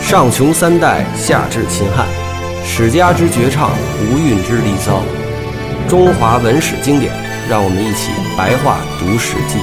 上穷三代，下至秦汉，史家之绝唱，无韵之离骚，中华文史经典，让我们一起白话读《史记》。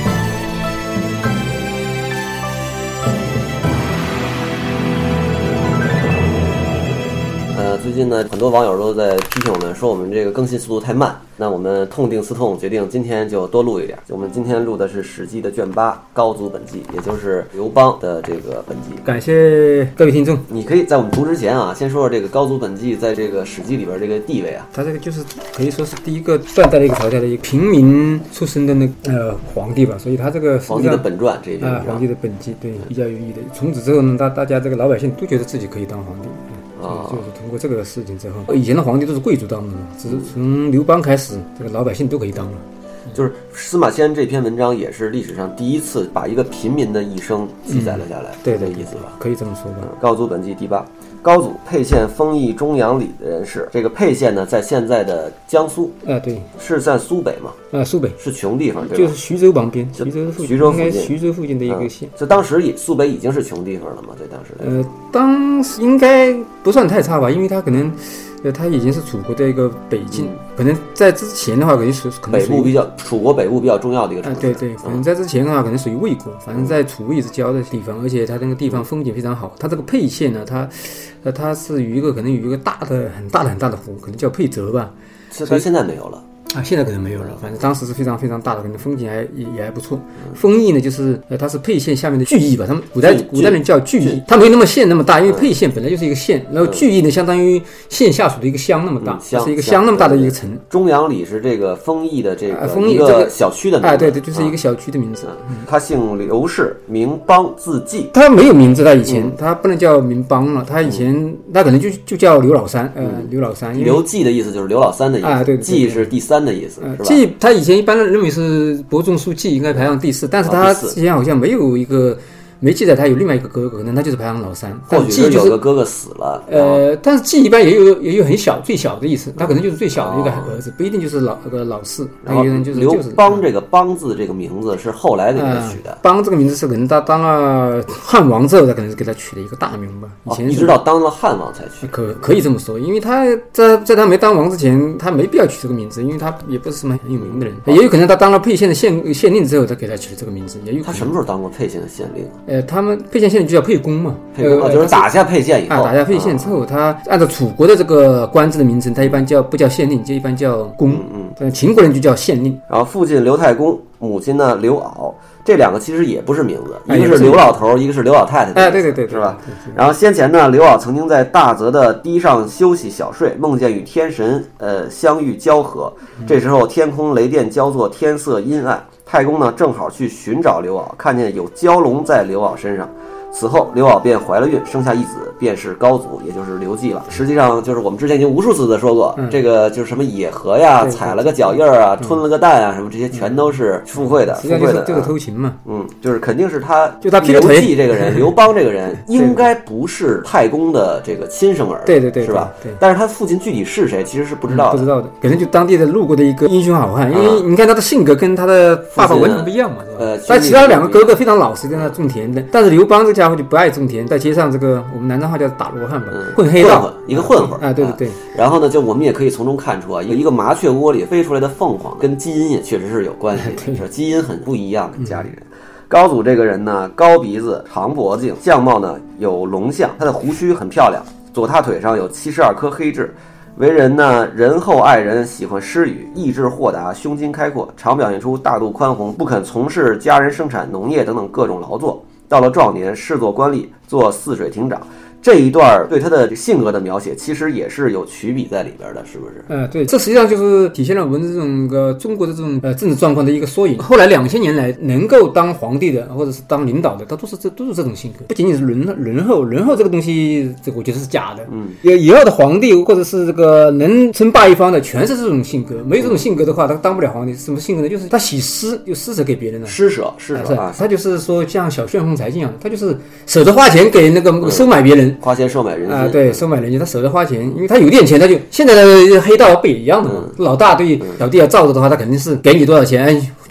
最近呢，很多网友都在批评我们，说我们这个更新速度太慢。那我们痛定思痛，决定今天就多录一点。我们今天录的是《史记》的卷8《高祖本纪》，也就是刘邦的这个本纪。 感谢各位听众。 你可以在我们读之前啊，先说说这个《高祖本纪》在这个《史记》里边这个地位啊。 他这个就是可以说是第一个断代的一个朝代的一个平民出身的那皇帝吧，所以他这个皇帝的本传这一篇皇帝的本纪对比较有意义的。从此之后呢，大家这个老百姓都觉得自己可以当皇帝。就是通过这个事情之后，以前的皇帝都是贵族当的嘛，只是从刘邦开始，这个老百姓都可以当了。 就是司马迁这篇文章也是历史上第一次把一个平民的一生记载了下来， 对这意思吧？ 可以这么说吧。 高祖本纪第8，高祖沛县丰邑中阳里的人士。这个沛县呢，在现在的江苏， 对， 是在苏北嘛？苏北是穷地方，对吧？ 就是徐州旁边，徐州附近的一个县。 就当时苏北已经是穷地方了嘛？对当时当时应该不算太差吧，因为他可能。它已经是楚国的一个北境，可能在之前的话，可能北部比较楚国北部比较重要的一个城市。 对，可能在之前的话，可能属于魏国，反正在楚魏之交的地方，而且它那个地方风景非常好。它这个沛县呢，它是有一个可能有一个很大的湖，可能叫沛泽吧。 但现在没有了。 现在可能没有了，反正当时是非常非常大的，可能风景也还不错。丰邑呢，就是它是沛县下面的巨邑吧，他们古代人叫巨邑，它没有那么县那么大，因为沛县本来就是一个县，然后巨邑呢相当于县下属的一个乡那么大，是一个乡那么大的一个城。 中阳里是这个丰邑的这个一个小区的名字， 对，就是一个小区的名字。 他姓刘氏，名邦，字季。 他没有名字，他以前他不能叫名邦了，他以前他可能就叫刘老三，刘老三。 刘季的意思就是刘老三的意思，对，季是第3的意思，是吧？ 季他以前一般认为是伯仲叔季，应该排行第4，但是他之前好像没记载他有另外一个哥哥，可能他就是排行老3。 或许是有个哥哥死了。 但是季一般也有很小最小的意思，他可能就是最小的一个儿子，不一定就是老四。 然后刘邦这个邦字这个名字是后来给他取的。 邦这个名字是可能他当了汉王之后，他可能是给他取了一个大名吧。以前一直到当了汉王才取。 可以这么说，因为他在他没当王之前，他没必要取这个名字，因为他也不是什么很有名的人。也有可能他当了沛县的县令之后，他给他取了这个名字。也有可能他什么时候当过沛县的县令？ 他们沛县县令就叫沛公嘛， 就是打下沛县以后， 打下沛县之后，他按照楚国的这个官制的名称，他一般不叫县令，就一般叫公。秦国人就叫县令。 然后父亲刘太公，母亲呢刘媪，这两个其实也不是名字，一个是刘老头，一个是刘老太太。 对， 是吧？然后先前呢，刘媪曾经在大泽的堤上休息小睡，梦见与天神相遇交合。这时候天空雷电交作，天色阴暗。太公呢正好去寻找刘媪，看见有蛟龙在刘媪身上。此后刘媪便怀了孕，生下一子，便是高祖，也就是刘季了。实际上就是我们之前已经无数次的说过，这个就是什么野合呀，踩了个脚印啊，吞了个蛋啊，什么这些全都是附会的。 实际上就是这个偷情嘛。 就是肯定是他刘季这个人，刘邦这个人应该不是太公的这个亲生儿， 对， 是吧？对。但是他父亲具体是谁，其实是不知道的， 可能就当地的路过的一个英雄好汉，因为你看他的性格跟他的爸爸完全不一样嘛，但其他两个哥哥非常老实，跟他种田的，但是刘邦这个家伙就不爱种田，在街上这个我们南昌话叫打罗汉吧，混黑道， 一个混混。 对。 然后呢，就我们也可以从中看出啊，一个麻雀窝里飞出来的凤凰，跟基因也确实是有关系，是基因很不一样的家里人。高祖这个人呢，高鼻子，长脖颈，相貌呢有龙相，他的胡须很漂亮，左大腿上有72颗黑痣。为人呢仁厚爱人，喜欢诗语，意志豁达，胸襟开阔，常表现出大度宽宏，不肯从事家人生产、农业等等各种劳作。到了壮年，仕作官吏，做泗水亭长。这一段对他的性格的描写，其实也是有曲笔在里边的，是不是？ 对，这实际上就是体现了我们这种中国的这种政治状况的一个缩影。后来2000年来，能够当皇帝的或者是当领导的，他都是这种性格，不仅仅是仁厚这个东西，这个我觉得是假的。以后的皇帝或者是这个能称霸一方的，全是这种性格。没有这种性格的话，他当不了皇帝。什么性格呢？就是他喜施，就施舍给别人了。 施舍他就是说像小旋风财经一样，他就是舍得花钱给那个收买别人。 花钱收买人心对，收买人心，他舍得花钱，因为他有点钱，他就现在的黑道不也一样的嘛。老大对小弟要罩着的话，他肯定是给你多少钱，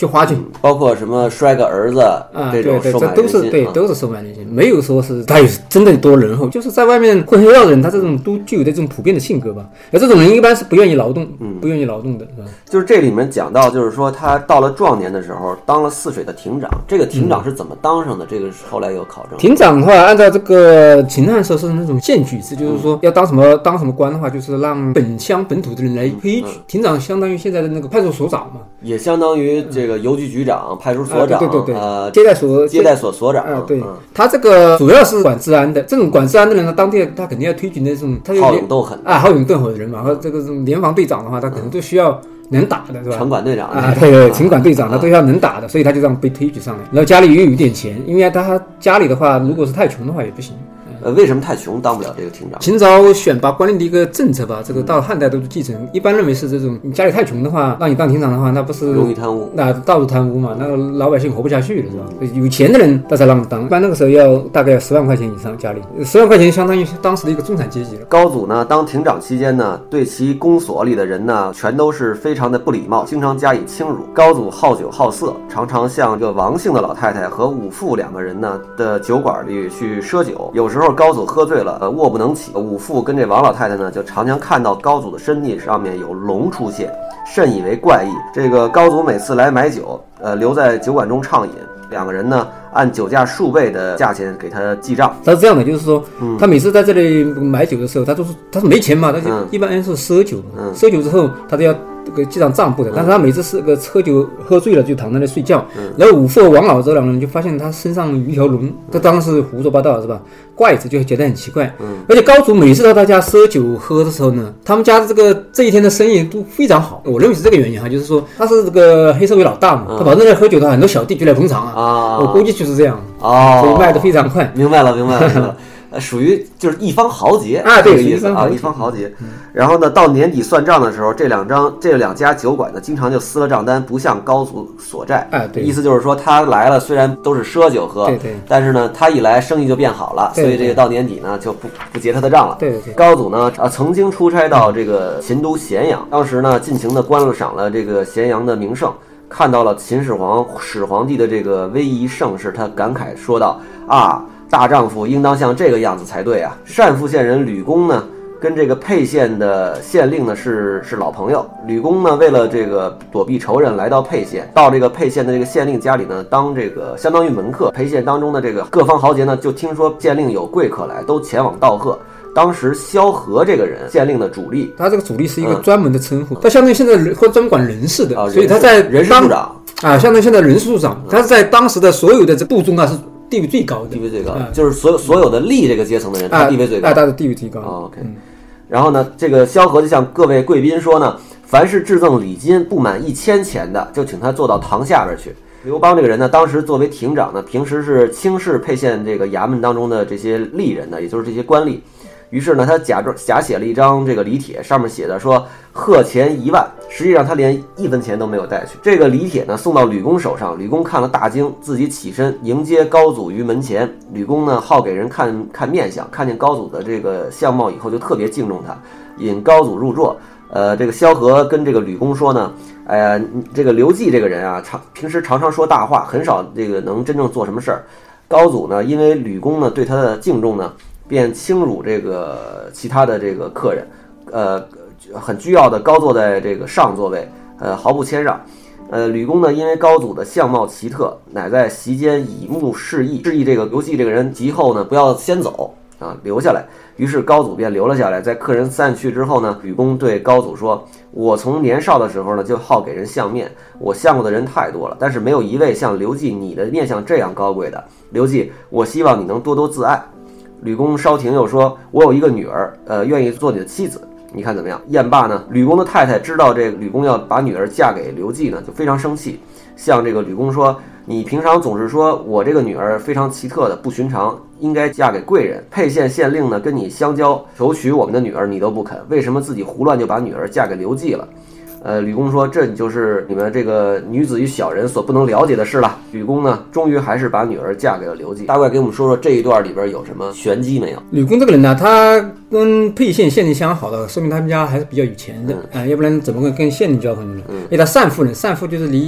就花去， 包括什么摔个儿子这种收买人心， 对，都是收买人心，没有说是他有真的多仁厚，就是在外面混黑道的人，他这种都具有这种普遍的性格吧。而这种人一般是不愿意劳动，不愿意劳动的，是吧？ 就是这里面讲到，就是说他到了壮年的时候，当了泗水的亭长。这个亭长是怎么当上的？这个后来有考证。 亭长的话，按照这个秦汉时候是那种荐举制，就是说要当什么官的话，就是让本乡本土的人来推举。亭长相当于现在的那个派出所长嘛， 也相当于这个邮局局长、派出所长， 对，接待所所长， 对，他这个主要是管治安的。这种管治安的人呢，当地他肯定要推举那种他好勇斗狠好勇斗狠的人嘛。和这个联防队长的话，他可能都需要能打的，是吧？ 城管队长对，城管队长他都要能打的，所以他就这样被推举上来。然后家里又有一点钱，因为他家里的话，如果是太穷的话也不行。 为什么太穷当不了这个亭长？ 秦朝选拔官吏的一个政策吧，这个到汉代都是继承。一般认为是这种，你家里太穷的话，让你当亭长的话，那不是容易贪污， 那到处贪污嘛，那个老百姓活不下去了，是吧？有钱的人他才让当。一般那个时候大概要10万块钱以上，家里10万块钱相当于当时的一个中产阶级了。 高祖呢，当亭长期间呢，对其公所里的人呢，全都是非常的不礼貌，经常加以轻辱。高祖好酒好色，常常向这个王姓的老太太和武父2个人呢的酒馆里去赊酒。有时候高祖喝醉了，卧不能起。武父跟这王老太太呢，就常常看到高祖的身体上面有龙出现，甚以为怪异。这个高祖每次来买酒，留在酒馆中畅饮，2个人呢按酒价数倍的价钱给他记账。 他是这样的，就是说，他每次在这里买酒的时候，他是没钱嘛，他就一般是赊酒嘛，赊酒之后他都要这个记上账簿的。但是他每次是个喝酒喝醉了就躺在那睡觉，然后武父和王老这2个人就发现他身上有一条龙，他当时胡说八道是吧？怪子就觉得很奇怪。而且高祖每次到他家赊酒喝的时候呢，他们家的这一天的生意都非常好。我认为是这个原因哈，就是说他是这个黑社会老大嘛，他保证在喝酒的话，很多小弟就来捧场啊。我估计就是这样所以卖得非常快。 明白了。属于就是一方豪杰对， 这个意思一方豪杰。然后呢，到年底算账的时候，这两家酒馆呢，经常就撕了账单，不向高祖索债。 对， 意思就是说他来了，虽然都是赊酒喝， 对， 但是呢，他一来生意就变好了，所以这个到年底呢就不结他的账了。 对。 高祖呢曾经出差到这个秦都咸阳，当时呢尽情的观赏了这个咸阳的名胜，看到了秦始皇帝的这个威仪盛世，他感慨说道大丈夫应当像这个样子才对啊！单父县人吕公呢，跟这个沛县的县令呢是老朋友。吕公呢，为了这个躲避仇人，来到沛县，到这个沛县的这个县令家里呢，当这个相当于门客。沛县当中的这个各方豪杰呢，就听说县令有贵客来，都前往道贺。当时萧何这个人，县令的主力， 他这个主力是一个专门的称呼，他相当于现在或专门管人事的，所以他在人事处长相当于现在人事处长，他是在当时的所有的这部中是地位最高的， 就是所有的吏这个阶层的人，他地位最高， 他的地位最高。 OK，然后呢，这个萧何就向各位贵宾说呢，凡是致赠礼金不满1000钱的，就请他坐到堂下边去。刘邦这个人呢，当时作为亭长呢，平时是轻视沛县这个衙门当中的这些吏人的，也就是这些官吏。于是呢，他假写了一张这个礼帖，上面写的说贺钱1万，实际上他连1分钱都没有带去。这个礼帖呢送到吕公手上，吕公看了大惊，自己起身迎接高祖于门前。吕公呢好给人看面相，看见高祖的这个相貌以后就特别敬重他，引高祖入座。这个萧何跟这个吕公说呢，这个刘季这个人啊，平时常常说大话，很少这个能真正做什么事儿。高祖呢，因为吕公呢对他的敬重呢，便轻辱这个其他的这个客人，很倨傲的高坐在这个上座位，毫不谦让。吕公呢，因为高祖的相貌奇特，乃在席间以目示意这个刘季这个人及后呢不要先走留下来。于是高祖便留了下来。在客人散去之后呢，吕公对高祖说：“我从年少的时候呢就好给人相面，我相过的人太多了，但是没有一位像刘季你的面相这样高贵的。刘季，我希望你能多多自爱。”吕公稍停又说：“我有一个女儿，愿意做你的妻子，你看怎么样？”宴罢呢，吕公的太太知道这个吕公要把女儿嫁给刘季呢，就非常生气，向这个吕公说：“你平常总是说我这个女儿非常奇特的不寻常，应该嫁给贵人。沛县县令呢跟你相交，求娶我们的女儿，你都不肯，为什么自己胡乱就把女儿嫁给刘季了？”吕公说：“这就是你们这个女子与小人所不能了解的事了。”吕公呢，终于还是把女儿嫁给了刘季。大概给我们说说这一段里边有什么玄机没有？ 吕公这个人呢，他跟沛县县令相好的，说明他们家还是比较有钱的要不然怎么会跟县令交朋友呢？因为他单父人，单父就是离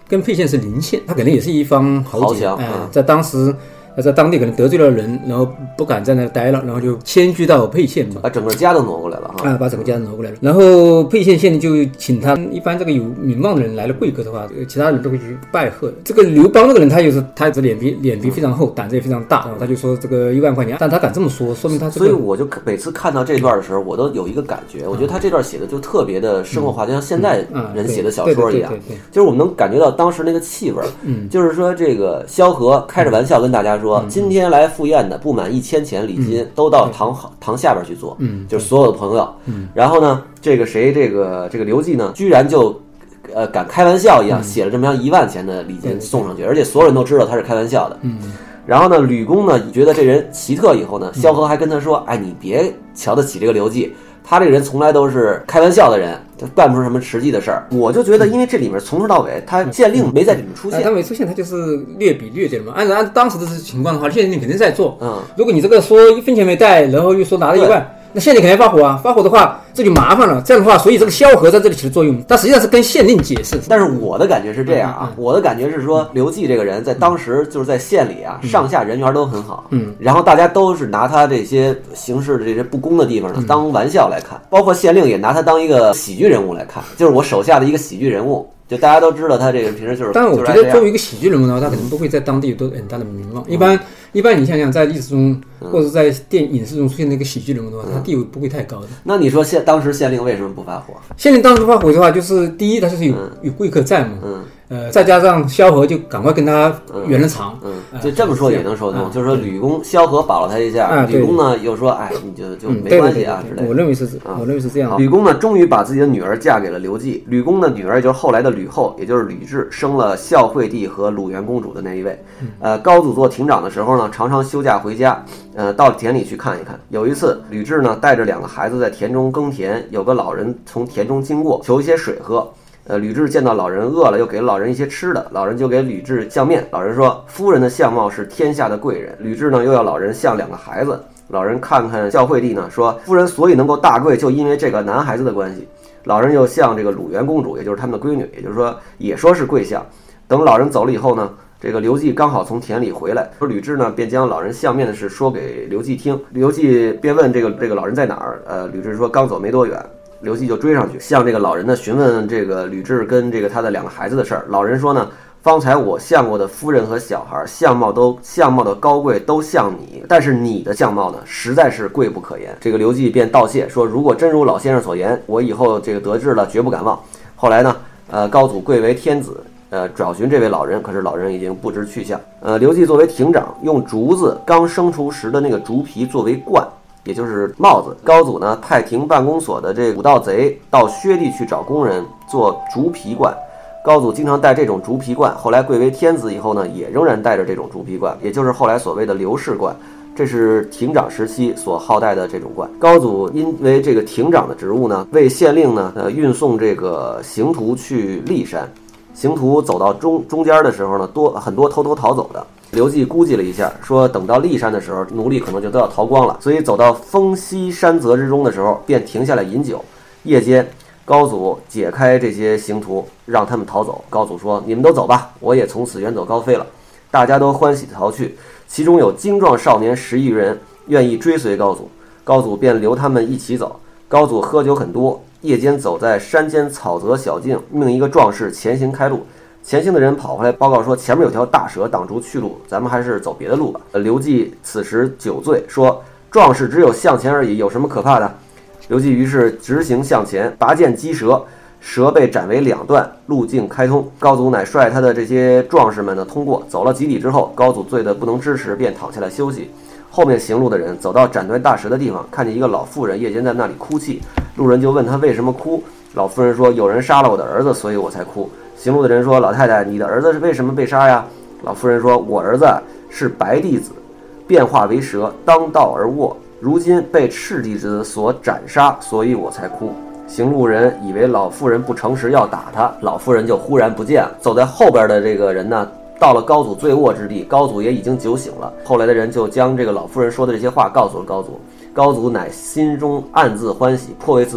跟沛县是邻县，他可能也是一方豪杰，在当时。在当地可能得罪了人，然后不敢在那待了，然后就迁居到沛县嘛， 把整个家都挪过来了哈。 把整个家都挪过来了。然后沛县县令就请他，一般这个有名望的人来了贵客的话，其他人都会去拜贺。这个刘邦这个人，他脸皮非常厚，胆子也非常大，他就说这个1万块钱，但他敢这么说，说明他所以我就每次看到这段的时候，我都有一个感觉，我觉得他这段写的就特别的生活化，就像现在人写的小说一样，就是我们能感觉到当时那个气味。就是说这个萧何开着玩笑跟大家说。今天来赴宴的不满1000钱礼金，都到堂下边去做，就是所有的朋友。然后呢，这个刘季呢，居然就敢开玩笑一样写了这么样1万钱的礼金送上去，而且所有人都知道他是开玩笑的。然后呢，吕公呢觉得这人奇特以后呢，萧何还跟他说：“哎，你别瞧得起这个刘季。”他这个人从来都是开玩笑的人，他干不出什么实际的事儿。我就觉得，因为这里面从头到尾，他县令没在里面出现， 他没出现，他就是略比略点嘛。按当时的情况的话，县令肯定在做。如果你这个说1分钱没带，然后又说拿了1万，那县令肯定发火啊！发火的话，这就麻烦了。这样的话，所以这个萧何在这里起的作用，但实际上是跟县令解释。 但是我的感觉是这样啊，我的感觉是说，刘季这个人在当时就是在县里啊，上下人缘都很好。然后大家都是拿他这些行事的这些不公的地方呢当玩笑来看，包括县令也拿他当一个喜剧人物来看，就是我手下的一个喜剧人物。就大家都知道他这个平时就是， 但是我觉得作为一个喜剧人物的话，他可能不会在当地有很大的名望。一般你想想，在历史中或者在影视中出现的一个喜剧人物的话，他地位不会太高的。 那你说当时县令为什么不发火？ 县令当时不发火的话，就是第一，他就是有贵客在嘛。再加上萧何就赶快跟他圆了场。 就这么说也能说通，就是说萧何保了他一下，吕公呢又说，哎，你就没关系啊之类的。 我认为是这样。 吕公呢，终于把自己的女儿嫁给了刘季。吕公的女儿就是后来的吕后，也就是吕雉，生了孝惠帝和鲁元公主的那一位。高祖做亭长的时候呢，常常休假回家，到田里去看一看。有一次，吕雉呢带着2个孩子在田中耕田，有个老人从田中经过，求一些水喝。吕雉见到老人饿了，又给了老人一些吃的，老人就给吕雉相面。老人说：“夫人的相貌是天下的贵人。”吕雉呢又要老人相2个孩子。老人看看孝惠帝呢，说：“夫人所以能够大贵，就因为这个男孩子的关系。”老人又向这个鲁元公主，也就是他们的闺女，也就是说也说是贵相。等老人走了以后呢，这个刘季刚好从田里回来，说吕雉呢便将老人相面的事说给刘季听。刘季便问这个老人在哪儿？吕雉说刚走没多远。刘季就追上去，向这个老人呢询问这个吕雉跟这个他的2个孩子的事儿。老人说呢，方才我相过的夫人和小孩相貌的高贵都像你，但是你的相貌呢实在是贵不可言。这个刘季便道谢说，如果真如老先生所言，我以后这个得志了绝不敢忘。后来呢，高祖贵为天子，找寻这位老人，可是老人已经不知去向。刘季作为亭长，用竹子刚生出时的那个竹皮作为冠，也就是帽子。高祖呢派亭办公所的这个武盗贼到薛地去找工人做竹皮冠。高祖经常戴这种竹皮冠，后来贵为天子以后呢，也仍然戴着这种竹皮冠，也就是后来所谓的刘氏冠。这是亭长时期所好戴的这种冠。高祖因为这个亭长的职务呢，为县令呢运送这个刑徒去骊山。刑徒走到中间的时候呢，很多偷偷逃走的。刘季估计了一下，说等到骊山的时候，奴隶可能就都要逃光了，所以走到丰溪山泽之中的时候，便停下来饮酒。夜间，高祖解开这些刑徒，让他们逃走。高祖说：“你们都走吧，我也从此远走高飞了。”大家都欢喜地逃去，其中有精壮少年10余人愿意追随高祖，高祖便留他们一起走。高祖喝酒很多，夜间走在山间草泽小径，命一个壮士前行开路。前行的人跑回来报告说，前面有条大蛇挡住去路，咱们还是走别的路吧。刘季此时酒醉，说：“壮士只有向前而已，有什么可怕的？”刘季于是直行向前，拔剑击蛇，蛇被斩为2段，路径开通。高祖乃率他的这些壮士们呢通过，走了几里之后，高祖醉得不能支持，便躺下来休息。后面行路的人走到斩断大蛇的地方，看见一个老妇人夜间在那里哭泣，路人就问他为什么哭。老妇人说：“有人杀了我的儿子，所以我才哭。”行路的人说：“老太太，你的儿子是为什么被杀呀？”老妇人说：“我儿子是白帝子，变化为蛇，当道而卧，如今被赤帝子所斩杀，所以我才哭。”行路人以为老妇人不诚实要打他，老妇人就忽然不见了。走在后边的这个人呢，到了高祖醉卧之地，高祖也已经酒醒了。后来的人就将这个老妇人说的这些话告诉了高祖，高祖乃心中暗自欢喜，颇为自负，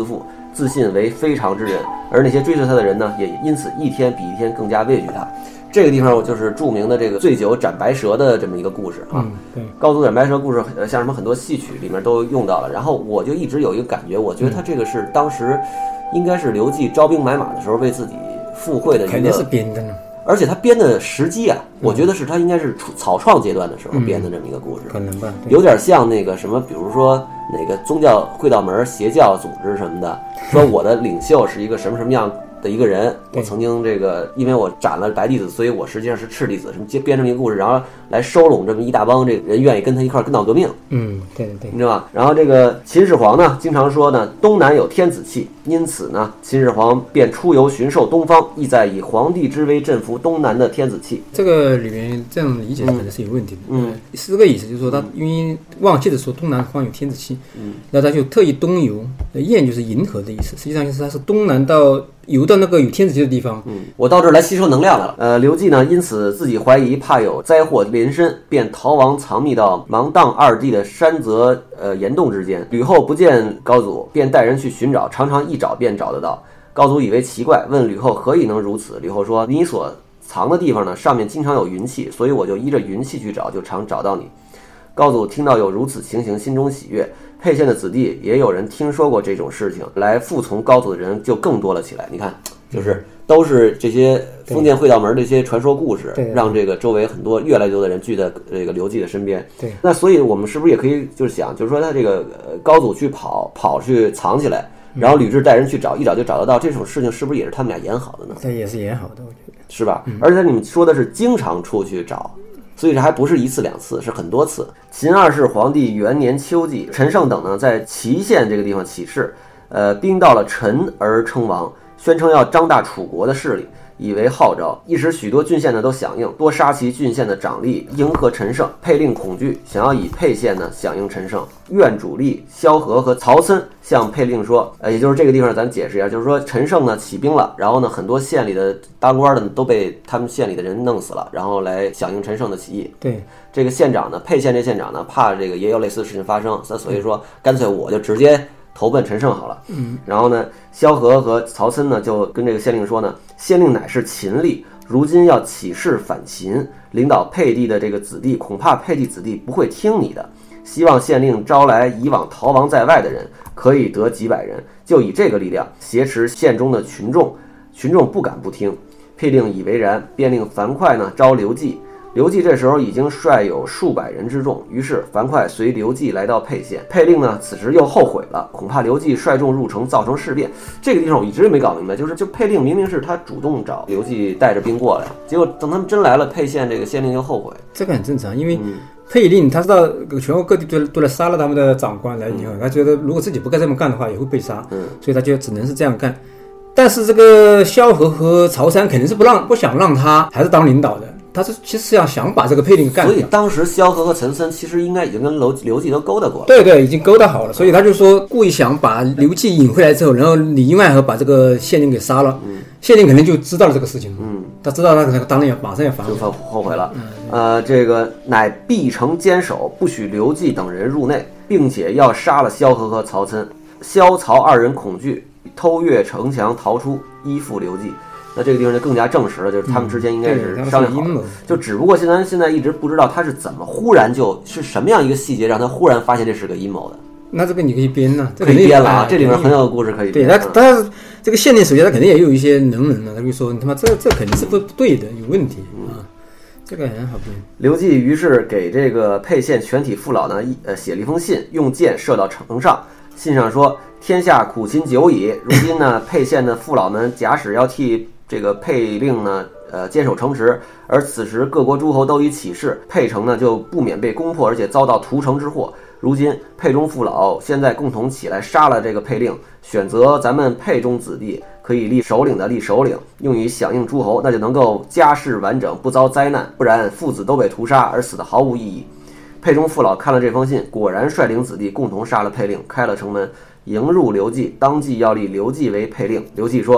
自信为非常之人，而那些追随他的人呢，也因此一天比一天更加畏惧他。这个地方就是著名的这个醉酒斩白蛇的这么一个故事啊。 对， 高祖斩白蛇故事，像什么很多戏曲里面都用到了。然后我就一直有一个感觉，我觉得他这个是当时应该是刘季招兵买马的时候为自己附会的一个， 肯定是编的呢。 而且他编的时机啊，我觉得是他应该是草创阶段的时候编的这么一个故事， 可能吧， 有点像那个什么，比如说哪个宗教会道门、邪教组织什么的，说我的领袖是一个什么什么样的一个人，我曾经这个因为我斩了白弟子，所以我实际上是赤弟子，什么编这么一个故事，然后来收拢这么一大帮这个人愿意跟他一块跟闹革命。 对对对， 你知道吧？然后这个秦始皇呢，经常说呢，东南有天子气，因此呢，秦始皇便出游巡狩东方，意在以皇帝之威镇服东南的天子气。 这个里面这样理解可能是有问题的。是这个意思，就是说他因为忘记了说东南方有天子气，那他就特意东游，雁就是银河的意思，实际上就是他是东南到游到那个有天子气的地方。 我到这儿来吸收能量来了。刘季呢，因此自己怀疑怕有灾祸临身，便逃亡藏匿到芒砀二地的山泽岩洞之间。吕后不见高祖，便带人去寻找，常常一找便找得到。高祖以为奇怪，问吕后何以能如此？吕后说：你所藏的地方呢，上面经常有云气，所以我就依着云气去找，就常找到你。高祖听到有如此情形，心中喜悦。沛县的子弟也有人听说过这种事情，来服从高祖的人就更多了起来。你看，就是都是这些封建会道门的一些传说故事，让这个周围很多越来越多的人聚在这个刘季的身边。 对， 那所以我们是不是也可以就是想，就是说他这个高祖去跑去藏起来，然后吕雉带人去找，一找就找得到，这种事情是不是也是他们俩演好的呢？ 这也是演好的，我觉得是吧？而且你们说的是经常出去找。所以这还不是一次两次，是很多次。秦二世皇帝元年秋季，陈胜等呢在祁县这个地方起事，兵到了陈而称王，宣称要张大楚国的势力，以为号召。一时许多郡县呢都响应，多杀其郡县的长吏，迎合陈胜。沛令恐惧，想要以沛县呢响应陈胜。院主力萧何和曹参向沛令说，也就是这个地方咱解释一下，就是说陈胜呢起兵了，然后呢很多县里的当官的都被他们县里的人弄死了，然后来响应陈胜的起义。 对， 这个县长呢，沛县这县长呢，怕这个也有类似的事情发生，所以说干脆我就直接投奔陈胜好了。然后呢，萧何和曹参呢就跟这个县令说呢，县令乃是秦吏，如今要起事反秦，领导沛地的这个子弟，恐怕沛地子弟不会听你的。希望县令招来以往逃亡在外的人，可以得几百人，就以这个力量挟持县中的群众，群众不敢不听。沛令以为然，便令樊哙呢招刘季。刘季这时候已经率有数百人之众，于是樊哙随刘季来到沛县。沛令呢此时又后悔了，恐怕刘季率众入城造成事变。这个地方我一直没搞明白，就沛令明明是他主动找刘季带着兵过来，结果等他们真来了，沛县这个县令又后悔。 这个很正常，因为沛令他知道全国各地都来杀了他们的长官来以后，他觉得如果自己不该这么干的话也会被杀，所以他就只能是这样干。但是这个萧何和曹参肯定是不想让他还是当领导的，他是其实想把这个沛令干掉。 所以当时萧何和曹参其实应该已经跟刘季都勾搭过了。 对对，已经勾搭好了，所以他就说故意想把刘季引回来之后，然后里应外合把这个县令给杀了。县令肯定就知道了这个事情，他知道他当然马上要反悔， 就后悔了。这个乃闭城坚守，不许刘季等人入内，并且要杀了萧何和曹参。萧曹二人恐惧，偷越城墙逃出，依附刘季。那这个地方就更加证实了，就是他们之间应该是商量好的，就只不过现在一直不知道他是怎么忽然就是什么样一个细节让他忽然发现这是个阴谋的。 那这个你可以编呢， 可以编了啊！这里面很有故事可以编。 对，他这个县令首先他肯定也有一些能人了，他就说你他妈这肯定是不对的，有问题啊！这个很好编。 刘季于是给这个沛县全体父老呢，写了一封信，用箭射到城上。信上说：天下苦秦久矣，如今呢，沛县的父老们假使要替这个沛令呢，坚守城池，而此时各国诸侯都已起事，沛城呢就不免被攻破，而且遭到屠城之祸。如今沛中父老现在共同起来杀了这个沛令，选择咱们沛中子弟可以立首领的立首领，用于响应诸侯，那就能够家世完整，不遭灾难，不然父子都被屠杀而死的毫无意义。沛中父老看了这封信，果然率领子弟共同杀了沛令，开了城门，迎入刘季，当即要立刘季为沛令。刘季说：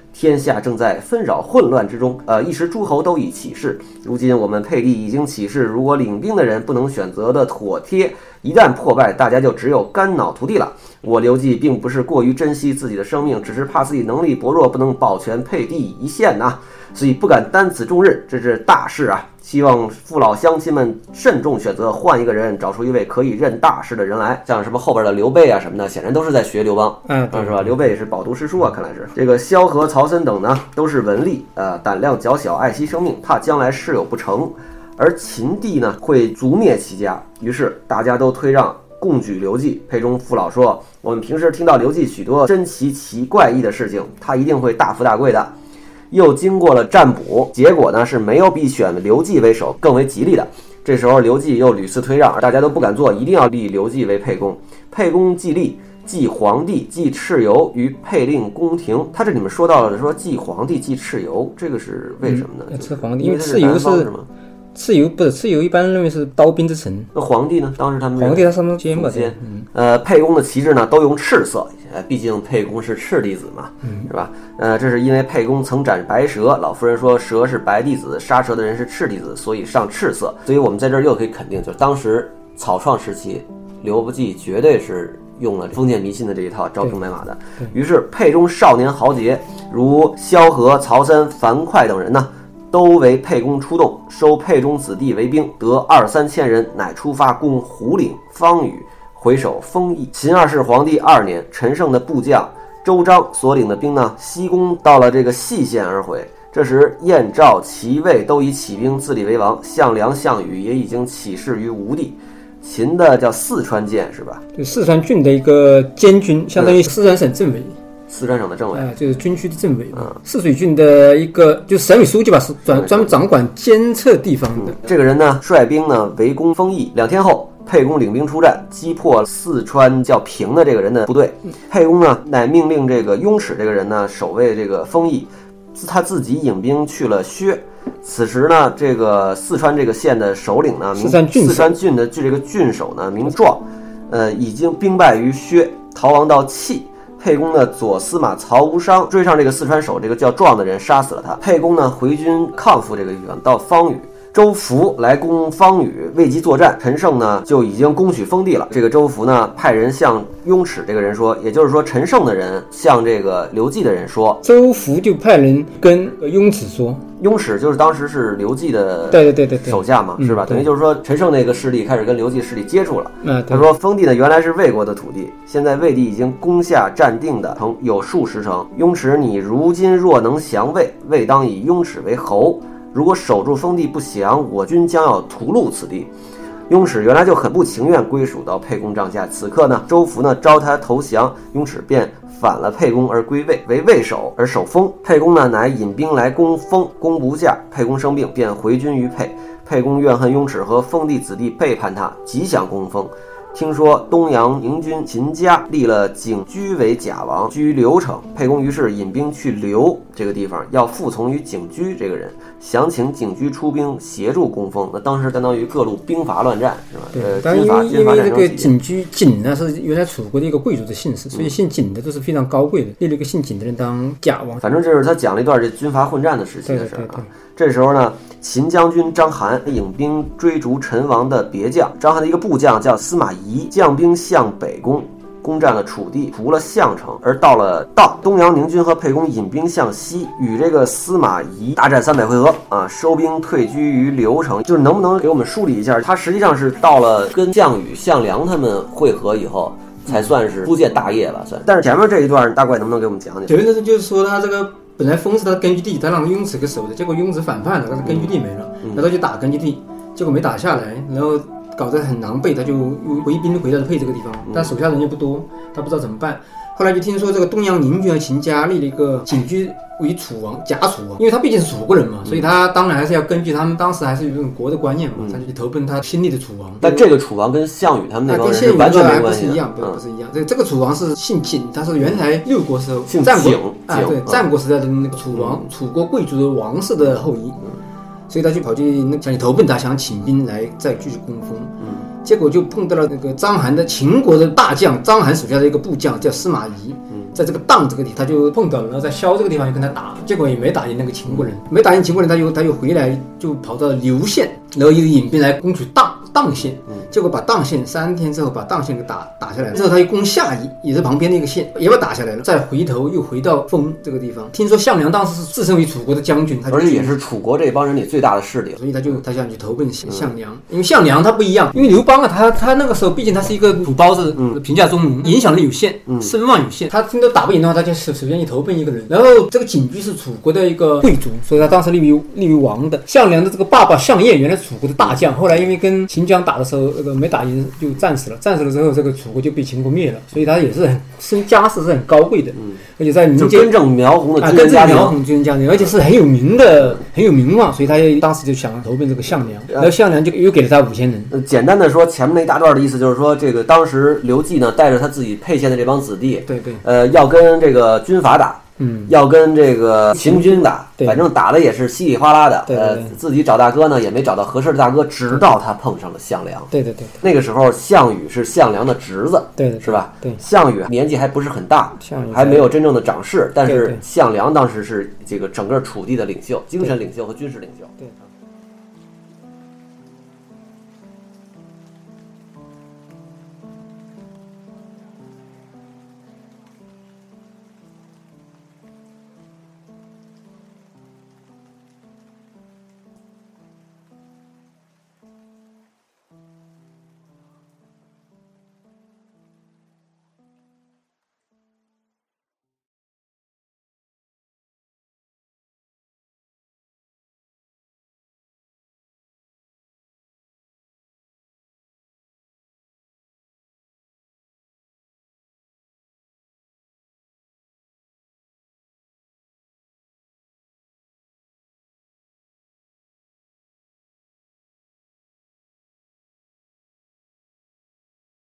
天下正在纷扰混乱之中，一时诸侯都已起事。如今我们沛地已经起事，如果领兵的人不能选择的妥帖，一旦破败，大家就只有肝脑涂地了。我刘季并不是过于珍惜自己的生命，只是怕自己能力薄弱，不能保全沛地一线呐，所以不敢担此重任。这是大事啊！希望父老乡亲们慎重选择，换一个人，找出一位可以任大事的人来。像什么后边的刘备啊什么的，显然都是在学刘邦，是吧？刘备也是饱读诗书啊，看来是。这个萧何、曹参等呢，都是文吏，胆量较小，爱惜生命，怕将来事有不成。而秦帝呢，会族灭其家，于是大家都推让共举刘季。沛中父老说，我们平时听到刘季许多珍奇怪异的事情，他一定会大富大贵的。又经过了占卜，结果呢是没有比选刘季为首更为吉利的。这时候刘季又屡次推让，大家都不敢做，一定要立刘季为沛公。沛公既立，祭皇帝，祭蚩尤于沛令宫廷。他这里面说到了说祭皇帝，祭蚩尤，这个是为什么呢？ 祭皇帝，因为蚩尤是吗？蚩尤一般认为是刀兵之臣。 那皇帝呢？当时他们皇帝他上中间吧。 沛公的旗帜呢都用赤色，毕竟沛公是赤弟子嘛，是吧？这是因为沛公曾斩白蛇，老夫人说蛇是白弟子，杀蛇的人是赤弟子，所以上赤色。所以我们在这儿又可以肯定，就是当时草创时期，刘不济绝对是用了封建迷信的这一套招兵买马的。于是沛中少年豪杰如萧何、曹参、樊哙等人呢，都为沛公出动，收沛中子弟为兵，得2-3千人，乃出发攻胡岭、方宇，回守丰邑。秦二世皇帝2年，陈胜的部将周章所领的兵呢，西攻到了这个细县而回。这时燕、赵、齐、魏都已起兵自立为王，项梁、项羽也已经起事于吴地。秦的叫四川县是吧？ 对，四川郡的一个监军，相当于四川省政委。 四川省的政委， 就是军区的政委。泗水郡的一个就是省委书记吧，是专门掌管监测地方的。 这个人呢，率兵呢围攻丰邑。2天后，沛公领兵出战，击破四川叫平的这个人的部队。沛公呢，乃命令这个雍齿这个人呢守卫这个丰邑，他自己引兵去了薛。此时呢，这个四川这个县的首领呢，四川郡的这个郡守呢，名壮，已经兵败于薛，逃亡到契。沛公的左司马曹无伤追上这个四川守这个叫壮的人，杀死了他。沛公呢回军抗复这个地方，到方宇。周福来攻方宇，未及作战，陈胜呢就已经攻取封地了。这个周福呢派人向雍齿这个人说，也就是说陈胜的人向这个刘季的人说， 周福就派人跟雍齿说， 雍齿就是当时是刘季的手下嘛，是吧？等于就是说陈胜那个势力开始跟刘季势力接触了。他说封地呢原来是魏国的土地，现在魏地已经攻下占定的城有数十城，雍齿你如今若能降魏，魏当以雍齿为侯。如果守住封地不降，我军将要屠戮此地。雍齿原来就很不情愿归属到沛公帐下，此刻呢，周福呢招他投降，雍齿便反了沛公而归魏，为魏守而守封。沛公呢乃引兵来攻封，攻不下，沛公生病，便回军于沛。沛公怨恨雍齿和封地子弟背叛他，极想攻封。听说东阳宁军秦家立了景居为假王，居刘城。沛公于是引兵去刘这个地方，要服从于景居这个人，想请景居出兵协助攻封。那当时相当于各路兵伐乱战，是吧？ 对，因为这个景居景呢是原来楚国的一个贵族的姓氏，所以姓景的都是非常高贵的，立了一个姓景的人当假王。 反正就是他讲了一段这军阀混战的时期的事啊。这时候呢，秦将军张邯引兵追逐陈王的别将，张邯的一个部将叫司马懿，将兵向北攻，攻占了楚地，屠了项城，而到了道，东阳宁军和沛公引兵向西，与这个司马懿大战300回合啊，收兵退居于刘城。就是能不能给我们梳理一下，他实际上是到了跟项羽、项梁他们会合以后，才算是初见大业吧，算。但是前面这一段大概能不能给我们讲讲？ 前面的就是说他这个。本来封是他的根据地，他让雍齿给守的，结果雍齿反叛了，他的根据地没了，然后就打根据地，结果没打下来，然后搞得很狼狈，他就回兵回到了沛这个地方，但手下人又不多，他不知道怎么办。后来就听说这个东阳宁军和秦家立了一个景居为楚王，假楚王，因为他毕竟是楚国人嘛，所以他当然还是要根据他们当时还是有这种国的观念嘛，他就去投奔他新立的楚王。 但这个楚王跟项羽他们那帮人是完全没关系， 不是一样，不是一样。这个楚王是姓景，他是原来六国时候战国对战国时代的那个楚王，楚国贵族的王室的后裔，所以他就跑去想去投奔他，想请兵来再继续攻封。结果就碰到了那个章邯的秦国的大将，章邯手下的一个部将叫司马懿， 在这个荡这个地，他就碰到了，然后在萧这个地方就跟他打，结果也没打赢那个秦国人，没打赢秦国人，他就回来就跑到刘县，然后又引兵来攻取砀县，结果把砀县3天之后把砀县给打下来了，之后他又攻下邑，也是旁边的一个县，也把打下来了，再回头又回到丰这个地方。听说项梁当时是自称为楚国的将军， 而且也是楚国这帮人里最大的势力， 所以他想去投奔项梁，因为项梁他不一样，因为刘邦啊，他那个时候毕竟他是一个土包子，贫下中农，影响力有限，声望有限，他听到打不赢的话，他就首先去投奔一个人，然后这个景驹是楚国的一个贵族，所以他当时立为王的。项梁的这个爸爸项燕原来是楚国的大将，后来因为跟秦姜打的时候，没打赢就战死了之后，这个楚国就被秦国灭了，所以他也是家世是很高贵的，而且在民间就根正苗红的军人家庭，而且是很有名望，所以他当时就想投奔这个项梁，然后项梁就又给了他5000人。 简单的说，前面那一大段的意思就是说，这个当时刘季呢带着他自己沛县的这帮子弟， 对， 要跟这个军阀打。要跟这个秦军打，反正打的也是稀里哗啦的。 对， 自己找大哥呢也没找到合适的大哥，直到他碰上了项梁。 对， 那个时候项羽是项梁的侄子， 对， 是吧？ 对， 项羽年纪还不是很大，还没有真正的长势，但是项梁当时是这个整个楚地的领袖、精神领袖和军事领袖。 对。